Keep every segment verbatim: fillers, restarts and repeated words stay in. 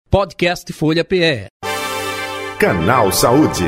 Podcast Folha P E. Canal Saúde.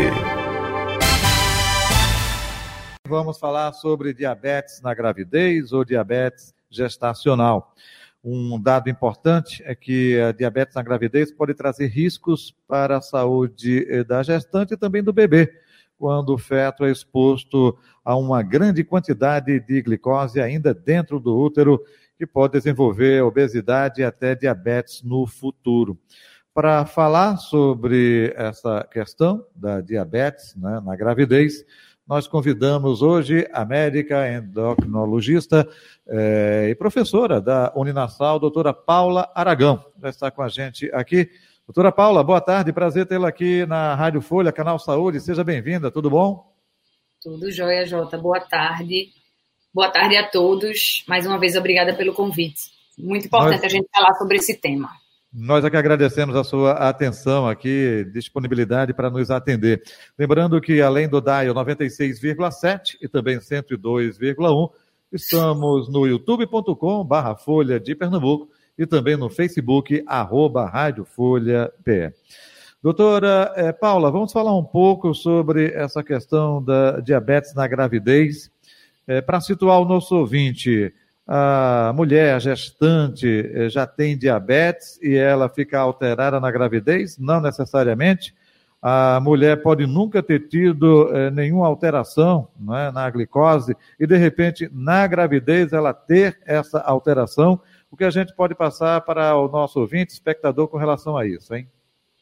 Vamos falar sobre diabetes na gravidez ou diabetes gestacional. Um dado importante é que a diabetes na gravidez pode trazer riscos para a saúde da gestante e também do bebê, quando o feto é exposto a uma grande quantidade de glicose ainda dentro do útero, que pode desenvolver obesidade e até diabetes no futuro. Para falar sobre essa questão da diabetes, né, na gravidez, nós convidamos hoje a médica endocrinologista eh, e professora da Uninasal, doutora Paula Aragão. Já está com a gente aqui. Doutora Paula, boa tarde, prazer tê-la aqui na Rádio Folha, Canal Saúde. Seja bem-vinda, tudo bom? Tudo jóia, Jota. Boa tarde. Boa tarde a todos. Mais uma vez, obrigada pelo convite. Muito importante Nós... a gente falar sobre esse tema. Nós aqui agradecemos a sua atenção aqui, disponibilidade para nos atender. Lembrando que além do Dial noventa e seis vírgula sete e também cento e dois vírgula um, estamos no youtube ponto com barra Folha de Pernambuco e também no Facebook, arroba Rádio Folha P E. Doutora eh, Paula, vamos falar um pouco sobre essa questão da diabetes na gravidez. Eh, para situar o nosso ouvinte, a mulher, a gestante, já tem diabetes e ela fica alterada na gravidez? Não necessariamente. A mulher pode nunca ter tido eh, nenhuma alteração, né, na glicose e, de repente, na gravidez ela ter essa alteração. O que a gente pode passar para o nosso ouvinte, espectador, com relação a isso, hein?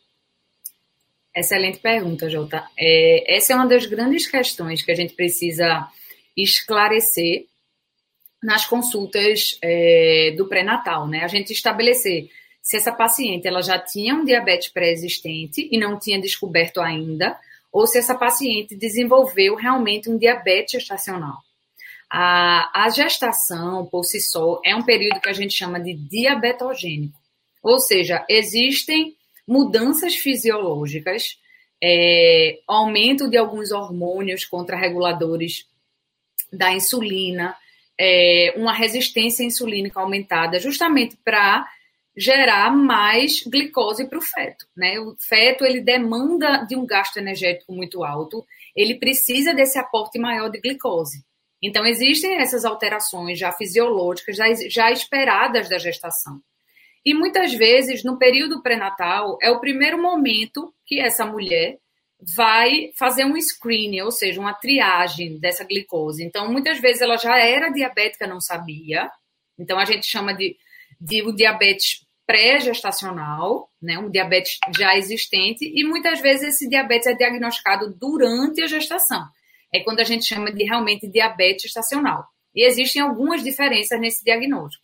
Excelente pergunta, Jota. É, essa é uma das grandes questões que a gente precisa esclarecer nas consultas é, do pré-natal, né? A gente estabelecer se essa paciente ela já tinha um diabetes pré-existente e não tinha descoberto ainda, ou se essa paciente desenvolveu realmente um diabetes gestacional. A, a gestação, por si só, é um período que a gente chama de diabetogênico, ou seja, existem mudanças fisiológicas, é, aumento de alguns hormônios contrarreguladores da insulina, É, uma resistência insulínica aumentada, justamente para gerar mais glicose para o feto, né? O feto, ele demanda de um gasto energético muito alto, ele precisa desse aporte maior de glicose. Então, existem essas alterações já fisiológicas, já, já esperadas da gestação. E muitas vezes, no período pré-natal, é o primeiro momento que essa mulher vai fazer um screening, ou seja, uma triagem dessa glicose. Então, muitas vezes ela já era diabética, não sabia. Então, a gente chama de, de um diabetes pré-gestacional, né? Um diabetes já existente, e muitas vezes esse diabetes é diagnosticado durante a gestação. É quando a gente chama de realmente diabetes gestacional. E existem algumas diferenças nesse diagnóstico.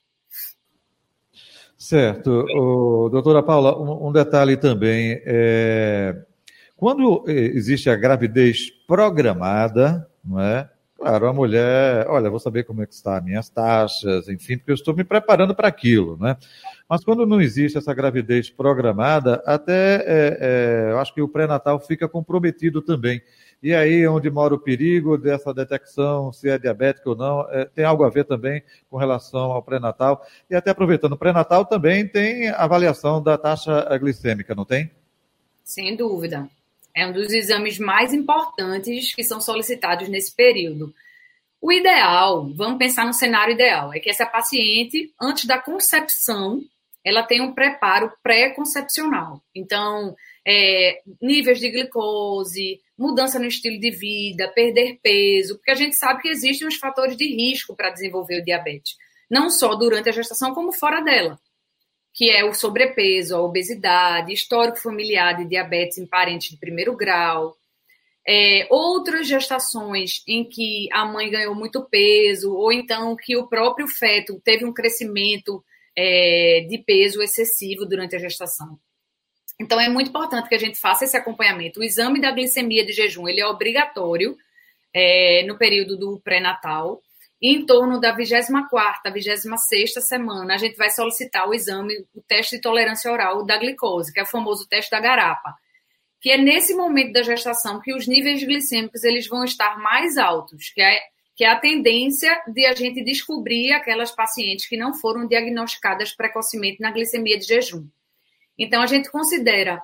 Certo. O, doutora Paula, um, um detalhe também é... Quando existe a gravidez programada, não é? Claro, a mulher, olha, vou saber como é que está as minhas taxas, enfim, porque eu estou me preparando para aquilo, né? Mas quando não existe essa gravidez programada, até, é, é, eu acho que o pré-natal fica comprometido também. E aí é onde mora o perigo dessa detecção, se é diabético ou não, é, tem algo a ver também com relação ao pré-natal. E até aproveitando, o pré-natal também tem avaliação da taxa glicêmica, não tem? Sem dúvida. É um dos exames mais importantes que são solicitados nesse período. O ideal, vamos pensar no cenário ideal, é que essa paciente, antes da concepção, ela tenha um preparo pré-concepcional. Então, é, níveis de glicose, mudança no estilo de vida, perder peso, porque a gente sabe que existem os fatores de risco para desenvolver o diabetes, não só durante a gestação, como fora dela, que é o sobrepeso, a obesidade, histórico familiar de diabetes em parentes de primeiro grau, é, outras gestações em que a mãe ganhou muito peso, ou então que o próprio feto teve um crescimento é, de peso excessivo durante a gestação. Então, é muito importante que a gente faça esse acompanhamento. O exame da glicemia de jejum, ele é obrigatório é, no período do pré-natal. Em torno da vigésima quarta, vigésima sexta semana, a gente vai solicitar o exame, o teste de tolerância oral da glicose, que é o famoso teste da garapa, que é nesse momento da gestação que os níveis glicêmicos eles vão estar mais altos, que é, que é a tendência de a gente descobrir aquelas pacientes que não foram diagnosticadas precocemente na glicemia de jejum. Então, a gente considera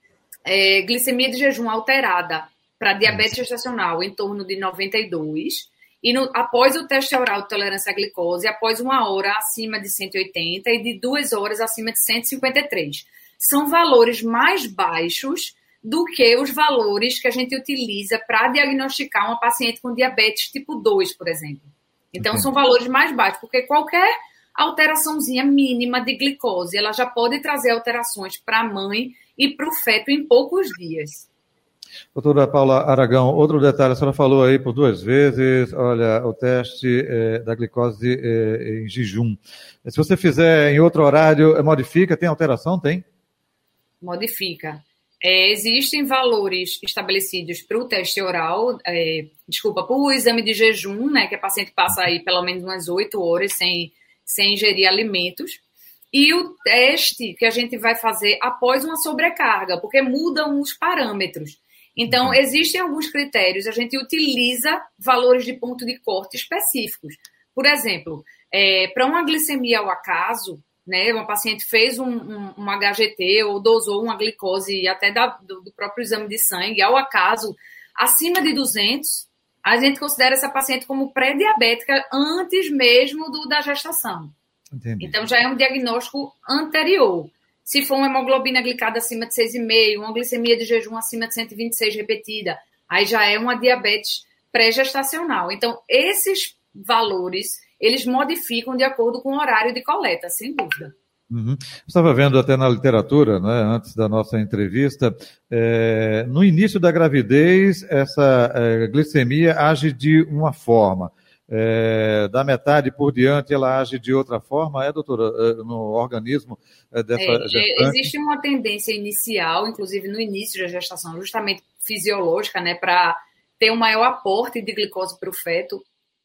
é, glicemia de jejum alterada para diabetes gestacional em torno de noventa e dois, e no, após o teste oral de tolerância à glicose, após uma hora acima de cento e oitenta e de duas horas acima de cento e cinquenta e três. São valores mais baixos do que os valores que a gente utiliza para diagnosticar uma paciente com diabetes tipo dois, por exemplo. Então, são valores mais baixos, porque qualquer alteraçãozinha mínima de glicose, ela já pode trazer alterações para a mãe e para o feto em poucos dias. Doutora Paula Aragão, outro detalhe, a senhora falou aí por duas vezes, olha, o teste é, da glicose é, em jejum. Se você fizer em outro horário, modifica? Tem alteração? Tem? Modifica. É, existem valores estabelecidos para o teste oral, é, desculpa, para o exame de jejum, né, que a paciente passa aí pelo menos umas oito horas sem, sem ingerir alimentos, e o teste que a gente vai fazer após uma sobrecarga, porque mudam os parâmetros. Então, existem alguns critérios, a gente utiliza valores de ponto de corte específicos. Por exemplo, é, para uma glicemia ao acaso, né, uma paciente fez um, um, um H G T ou dosou uma glicose até da, do, do próprio exame de sangue, ao acaso, acima de duzentos, a gente considera essa paciente como pré-diabética antes mesmo do, da gestação. Entendi. Então, já é um diagnóstico anterior. Se for uma hemoglobina glicada acima de seis vírgula cinco, uma glicemia de jejum acima de cento e vinte e seis repetida, aí já é uma diabetes pré-gestacional. Então, esses valores, eles modificam de acordo com o horário de coleta, sem dúvida. Uhum. Estava vendo até na literatura, né, antes da nossa entrevista, é, no início da gravidez, essa é, glicemia age de uma forma. É, da metade por diante, ela age de outra forma, é, doutora, no organismo dessa é, gestante? Existe uma tendência inicial, inclusive no início da gestação, justamente fisiológica, né, para ter um maior aporte de glicose para o feto,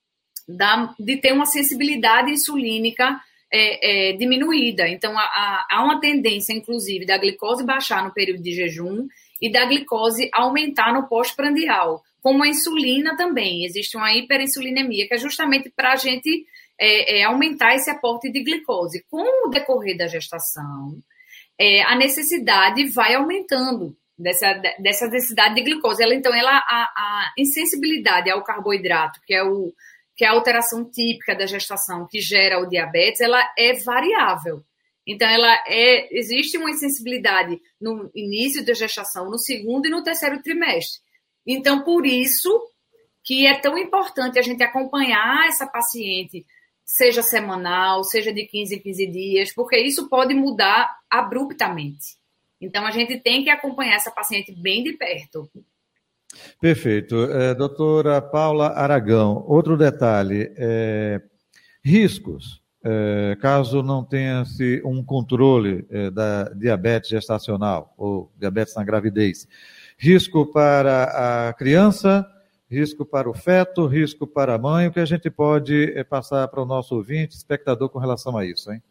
da, de ter uma sensibilidade insulínica é, é, diminuída. Então, há, há uma tendência, inclusive, da glicose baixar no período de jejum e da glicose aumentar no pós-prandial. Como a insulina também, existe uma hiperinsulinemia, que é justamente para a gente é, é, aumentar esse aporte de glicose. Com o decorrer da gestação, é, a necessidade vai aumentando dessa, dessa necessidade de glicose. Ela, então, ela, a, a insensibilidade ao carboidrato, que é, o, que é a alteração típica da gestação que gera o diabetes, ela é variável. Então, ela é, existe uma insensibilidade no início da gestação, no segundo e no terceiro trimestre. Então, por isso que é tão importante a gente acompanhar essa paciente, seja semanal, seja de quinze em quinze dias, porque isso pode mudar abruptamente. Então, a gente tem que acompanhar essa paciente bem de perto. Perfeito. É, doutora Paula Aragão, outro detalhe, é, riscos, é, caso não tenha-se um controle é, da diabetes gestacional ou diabetes na gravidez. Risco para a criança, risco para o feto, risco para a mãe. O que a gente pode passar para o nosso ouvinte, espectador, com relação a isso, hein?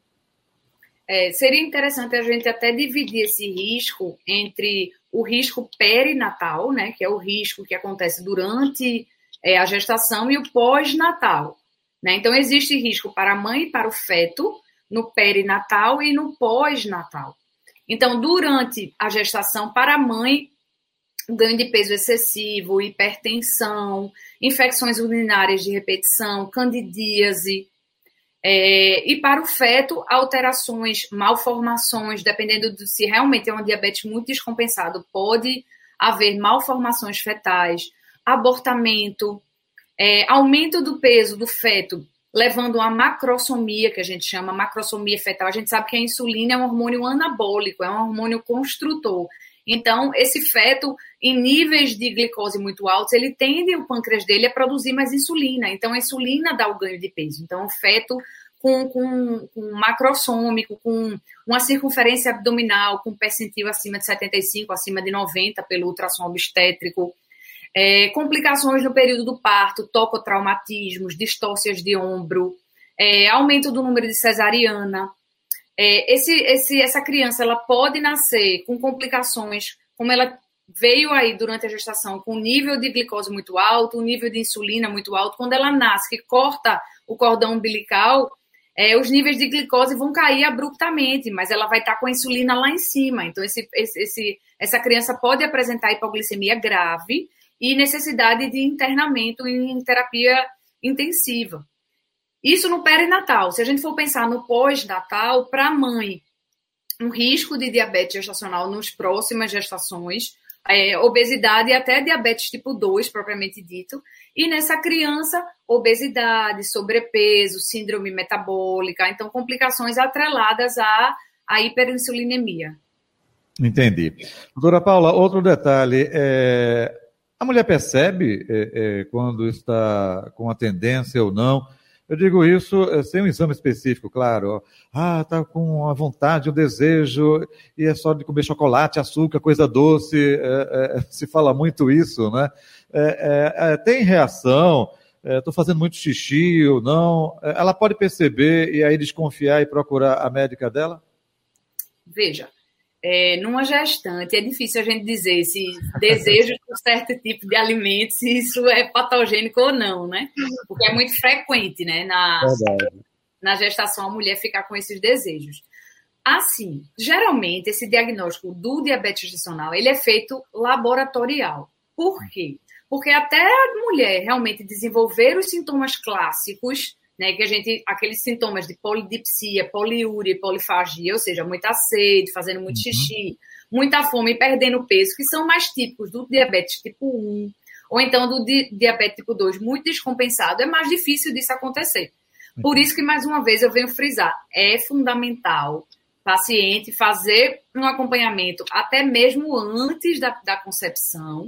É, seria interessante a gente até dividir esse risco entre o risco perinatal, né, que é o risco que acontece durante é, a gestação, e o pós-natal. Né? Então, existe risco para a mãe e para o feto no perinatal e no pós-natal. Então, durante a gestação, para a mãe, ganho de peso excessivo, hipertensão, infecções urinárias de repetição, candidíase. É, e para o feto, alterações, malformações, dependendo de se realmente é uma diabetes muito descompensada, pode haver malformações fetais, abortamento, é, aumento do peso do feto, levando a macrosomia, que a gente chama macrosomia fetal. A gente sabe que a insulina é um hormônio anabólico, é um hormônio construtor. Então, esse feto, em níveis de glicose muito altos, ele tende, o pâncreas dele, a produzir mais insulina. Então, a insulina dá o ganho de peso. Então, o feto com, com, com macrossômico, com uma circunferência abdominal, com percentil acima de setenta e cinco, acima de noventa pelo ultrassom obstétrico, é, complicações no período do parto, tocotraumatismos, distócias de ombro, é, aumento do número de cesariana. É, esse, esse, essa criança ela pode nascer com complicações, como ela veio aí durante a gestação, com nível de glicose muito alto, nível de insulina muito alto. Quando ela nasce, que corta o cordão umbilical, é, os níveis de glicose vão cair abruptamente, mas ela vai estar com a insulina lá em cima. Então, esse, esse, essa criança pode apresentar hipoglicemia grave e necessidade de internamento em terapia intensiva. Isso no perinatal. Se a gente for pensar no pós-natal, para a mãe, um risco de diabetes gestacional nas próximas gestações, é, obesidade e até diabetes tipo dois, propriamente dito. E nessa criança, obesidade, sobrepeso, síndrome metabólica, então complicações atreladas à, à hiperinsulinemia. Entendi. Doutora Paula, outro detalhe, é, a mulher percebe é, é, quando está com a tendência ou não? Eu digo isso é, sem um exame específico, claro. Ah, está com a vontade, o desejo, e é só de comer chocolate, açúcar, coisa doce, é, é, se fala muito isso, né? É, é, tem reação, estou é, fazendo muito xixi ou não, é, ela pode perceber e aí desconfiar e procurar a médica dela? Veja, é, numa gestante é difícil a gente dizer se desejo por certo tipo de alimento, se isso é patogênico ou não, né? Porque é muito frequente, né, na, na gestação a mulher ficar com esses desejos. Assim, geralmente esse diagnóstico do diabetes gestacional, ele é feito laboratorial. Por quê? Porque até a mulher realmente desenvolver os sintomas clássicos, né, que a gente, aqueles sintomas de polidipsia, poliúria, polifagia, ou seja, muita sede, fazendo muito xixi, muita fome e perdendo peso, que são mais típicos do diabetes tipo um, ou então do di- diabetes tipo dois, muito descompensado, é mais difícil disso acontecer. Por isso que, mais uma vez, eu venho frisar, é fundamental paciente fazer um acompanhamento até mesmo antes da, da concepção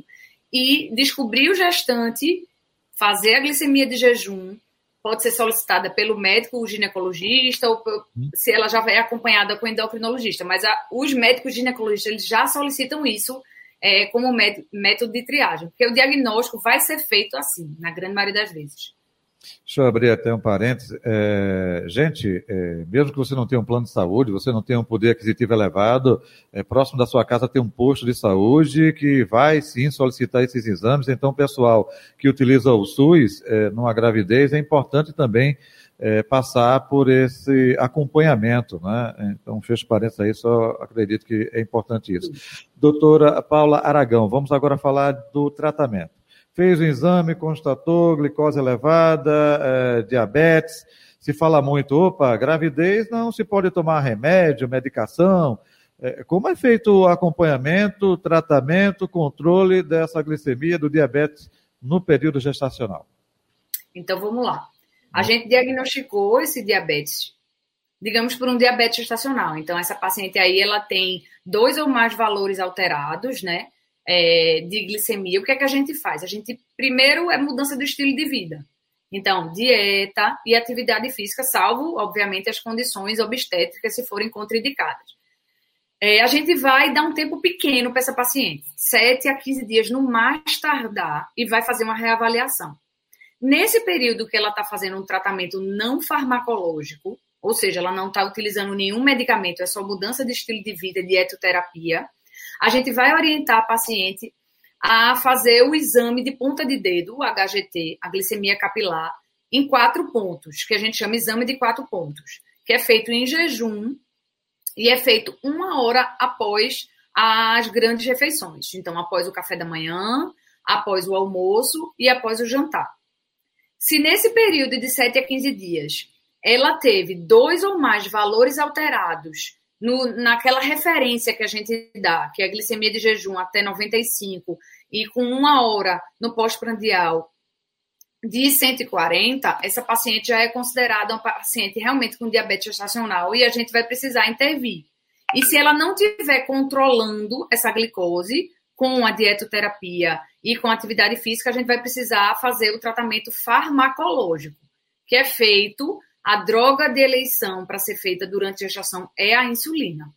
e descobrir o gestante, fazer a glicemia de jejum, pode ser solicitada pelo médico, o ginecologista, ou se ela já vai acompanhada com o endocrinologista. Mas a, os médicos ginecologistas eles já solicitam isso é, como método de triagem, porque o diagnóstico vai ser feito assim, na grande maioria das vezes. Deixa eu abrir até um parênteses. É, gente, é, mesmo que você não tenha um plano de saúde, você não tenha um poder aquisitivo elevado, é, próximo da sua casa tem um posto de saúde que vai sim solicitar esses exames. Então, o pessoal que utiliza o SUS é, numa gravidez é importante também é, passar por esse acompanhamento, né? Então, fecho parênteses aí, só acredito que é importante isso. Doutora Paula Aragão, vamos agora falar do tratamento. Fez o exame, constatou glicose elevada, é, diabetes, se fala muito, opa, gravidez, não se pode tomar remédio, medicação. É, como é feito o acompanhamento, tratamento, controle dessa glicemia do diabetes no período gestacional? Então, vamos lá. A gente diagnosticou esse diabetes, digamos, por um diabetes gestacional. Então, essa paciente aí, ela tem dois ou mais valores alterados, né? É, de glicemia, o que é que a gente faz? A gente, primeiro, é mudança do estilo de vida. Então, dieta e atividade física, salvo, obviamente, as condições obstétricas, se forem contraindicadas. É, a gente vai dar um tempo pequeno para essa paciente, sete a quinze dias no mais tardar, e vai fazer uma reavaliação. Nesse período que ela está fazendo um tratamento não farmacológico, ou seja, ela não está utilizando nenhum medicamento, é só mudança de estilo de vida, dietoterapia, a gente vai orientar a paciente a fazer o exame de ponta de dedo, o H G T, a glicemia capilar, em quatro pontos, que a gente chama exame de quatro pontos, que é feito em jejum e é feito uma hora após as grandes refeições. Então, após o café da manhã, após o almoço e após o jantar. Se nesse período de sete a quinze dias ela teve dois ou mais valores alterados No, naquela referência que a gente dá, que é a glicemia de jejum até noventa e cinco, e com uma hora no pós-prandial de cento e quarenta, essa paciente já é considerada uma paciente realmente com diabetes gestacional e a gente vai precisar intervir. E se ela não estiver controlando essa glicose com a dietoterapia e com a atividade física, a gente vai precisar fazer o tratamento farmacológico, que é feito... A droga de eleição para ser feita durante a gestação é a insulina.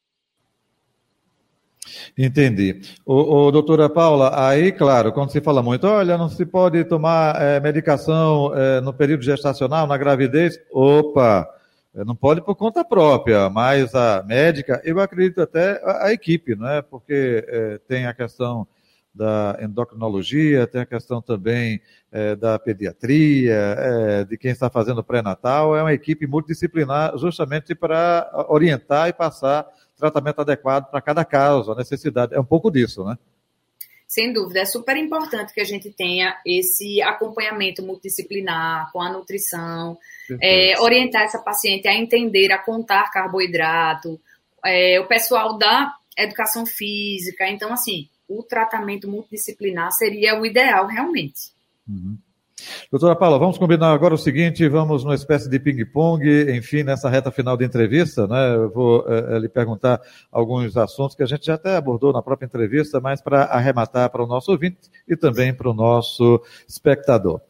Entendi. O, o, doutora Paula, aí, claro, quando se fala muito, olha, não se pode tomar é, medicação é, no período gestacional, na gravidez, opa, não pode por conta própria, mas a médica, eu acredito até a, a equipe, não é? Porque é, tem a questão da endocrinologia, tem a questão também é, da pediatria, é, de quem está fazendo pré-natal. É uma equipe multidisciplinar justamente para orientar e passar tratamento adequado para cada caso, a necessidade. É um pouco disso, né? Sem dúvida, é super importante que a gente tenha esse acompanhamento multidisciplinar com a nutrição, é, orientar essa paciente a entender, a contar carboidrato, é, o pessoal da educação física. Então, assim, o tratamento multidisciplinar seria o ideal, realmente. Uhum. Doutora Paula, vamos combinar agora o seguinte, vamos numa espécie de ping-pong, enfim, nessa reta final da entrevista, né? Eu vou é, lhe perguntar alguns assuntos que a gente já até abordou na própria entrevista, mas para arrematar para o nosso ouvinte e também para o nosso espectador.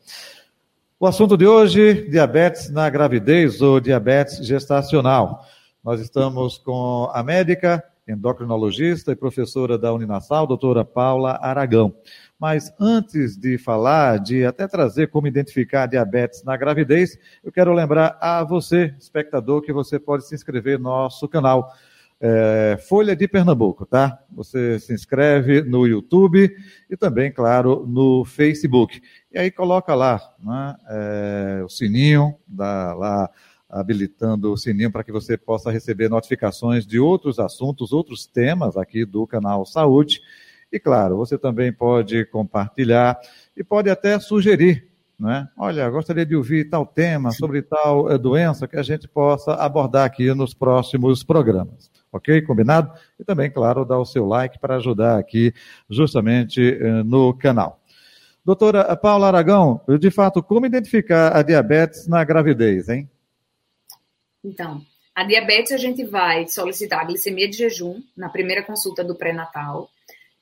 O assunto de hoje, diabetes na gravidez ou diabetes gestacional. Nós estamos com a médica, endocrinologista e professora da Uninasal, doutora Paula Aragão. Mas antes de falar, de até trazer como identificar diabetes na gravidez, eu quero lembrar a você, espectador, que você pode se inscrever no nosso canal é, Folha de Pernambuco, tá? Você se inscreve no YouTube e também, claro, no Facebook. E aí coloca lá, né, é, o sininho, dá lá, habilitando o sininho para que você possa receber notificações de outros assuntos, outros temas aqui do canal Saúde. E, claro, você também pode compartilhar e pode até sugerir, né? Olha, gostaria de ouvir tal tema, sobre tal uh, doença, que a gente possa abordar aqui nos próximos programas. Ok? Combinado? E também, claro, dar o seu like para ajudar aqui justamente uh, no canal. Doutora Paula Aragão, de fato, como identificar a diabetes na gravidez, hein? Então, a diabetes a gente vai solicitar a glicemia de jejum na primeira consulta do pré-natal.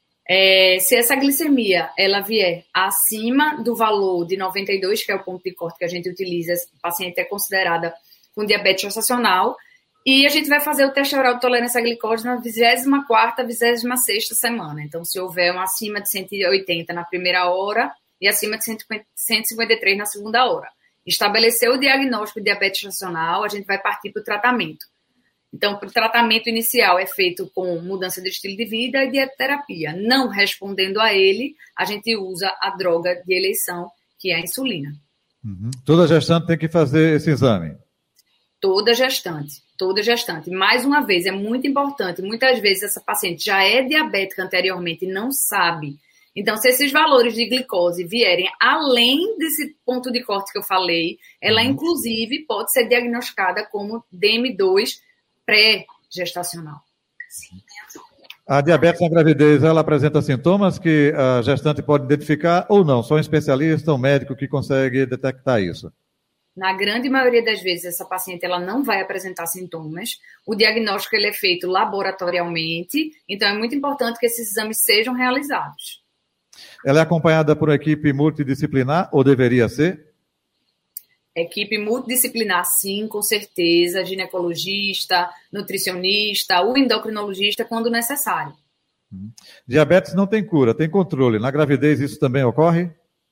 É, se essa glicemia ela vier acima do valor de noventa e dois, que é o ponto de corte que a gente utiliza, o paciente é considerada com diabetes gestacional, e a gente vai fazer o teste oral de tolerância à glicose na vigésima quarta, vigésima sexta semana. Então, se houver um acima de cento e oitenta na primeira hora e acima de cento e cinquenta e três na segunda hora. Estabeleceu o diagnóstico de diabetes gestacional, a gente vai partir para o tratamento. Então, o tratamento inicial é feito com mudança de estilo de vida e dieterapia. Não respondendo a ele, a gente usa a droga de eleição, que é a insulina. Uhum. Toda gestante tem que fazer esse exame? Toda gestante, toda gestante. Mais uma vez, é muito importante. Muitas vezes essa paciente já é diabética anteriormente e não sabe. Então, se esses valores de glicose vierem além desse ponto de corte que eu falei, ela, uhum. inclusive, pode ser diagnosticada como D M dois pré-gestacional. A diabetes na gravidez, ela apresenta sintomas que a gestante pode identificar ou não? Só um especialista, um médico que consegue detectar isso? Na grande maioria das vezes, essa paciente ela não vai apresentar sintomas. O diagnóstico ele é feito laboratorialmente, então é muito importante que esses exames sejam realizados. Ela é acompanhada por uma equipe multidisciplinar, ou deveria ser? Equipe multidisciplinar, sim, com certeza, ginecologista, nutricionista, o endocrinologista, quando necessário. Hum. Diabetes não tem cura, tem controle. Na gravidez isso também ocorre?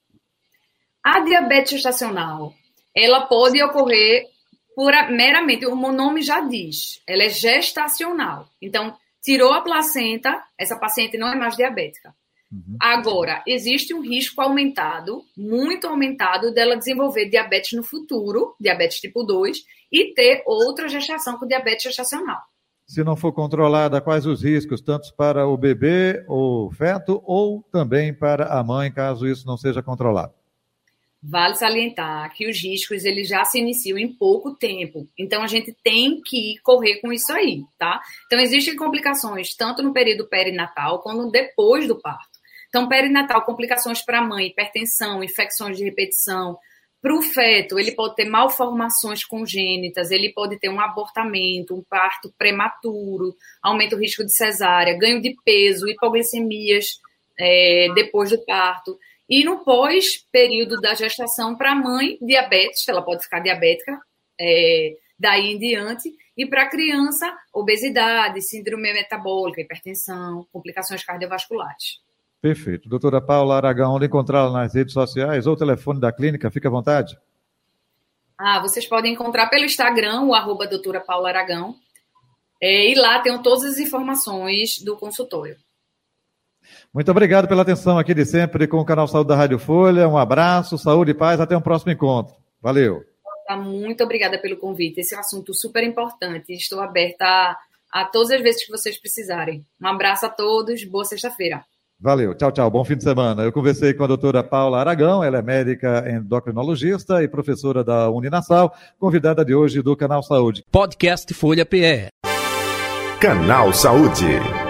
A diabetes gestacional, ela pode ocorrer por, meramente, o nome já diz, ela é gestacional. Então, tirou a placenta, essa paciente não é mais diabética. Uhum. Agora, existe um risco aumentado, muito aumentado, dela desenvolver diabetes no futuro, diabetes tipo dois, e ter outra gestação com diabetes gestacional. Se não for controlada, quais os riscos, tanto para o bebê ou feto, ou também para a mãe, caso isso não seja controlado? Vale salientar que os riscos eles já se iniciam em pouco tempo. Então, a gente tem que correr com isso aí, tá? Então, existem complicações tanto no período perinatal quanto depois do parto. Então, perinatal, complicações para a mãe, hipertensão, infecções de repetição. Para o feto, ele pode ter malformações congênitas, ele pode ter um abortamento, um parto prematuro, aumenta o risco de cesárea, ganho de peso, hipoglicemias é, depois do parto. E no pós-período da gestação, para a mãe, diabetes, ela pode ficar diabética é, daí em diante. E para a criança, obesidade, síndrome metabólica, hipertensão, complicações cardiovasculares. Perfeito. Doutora Paula Aragão, onde encontrá-la nas redes sociais ou o telefone da clínica? Fique à vontade. Ah, vocês podem encontrar pelo Instagram, o arroba doutora Paula Aragão. É, e lá tem todas as informações do consultório. Muito obrigado pela atenção aqui de sempre com o Canal Saúde da Rádio Folha. Um abraço, saúde e paz, até um próximo encontro. Valeu. Muito obrigada pelo convite. Esse é um assunto super importante. Estou aberta a, a todas as vezes que vocês precisarem. Um abraço a todos, boa sexta-feira. Valeu, tchau, tchau, bom fim de semana. Eu conversei com a doutora Paula Aragão, ela é médica endocrinologista e professora da Uninasal, convidada de hoje do Canal Saúde. Podcast Folha P E. Canal Saúde.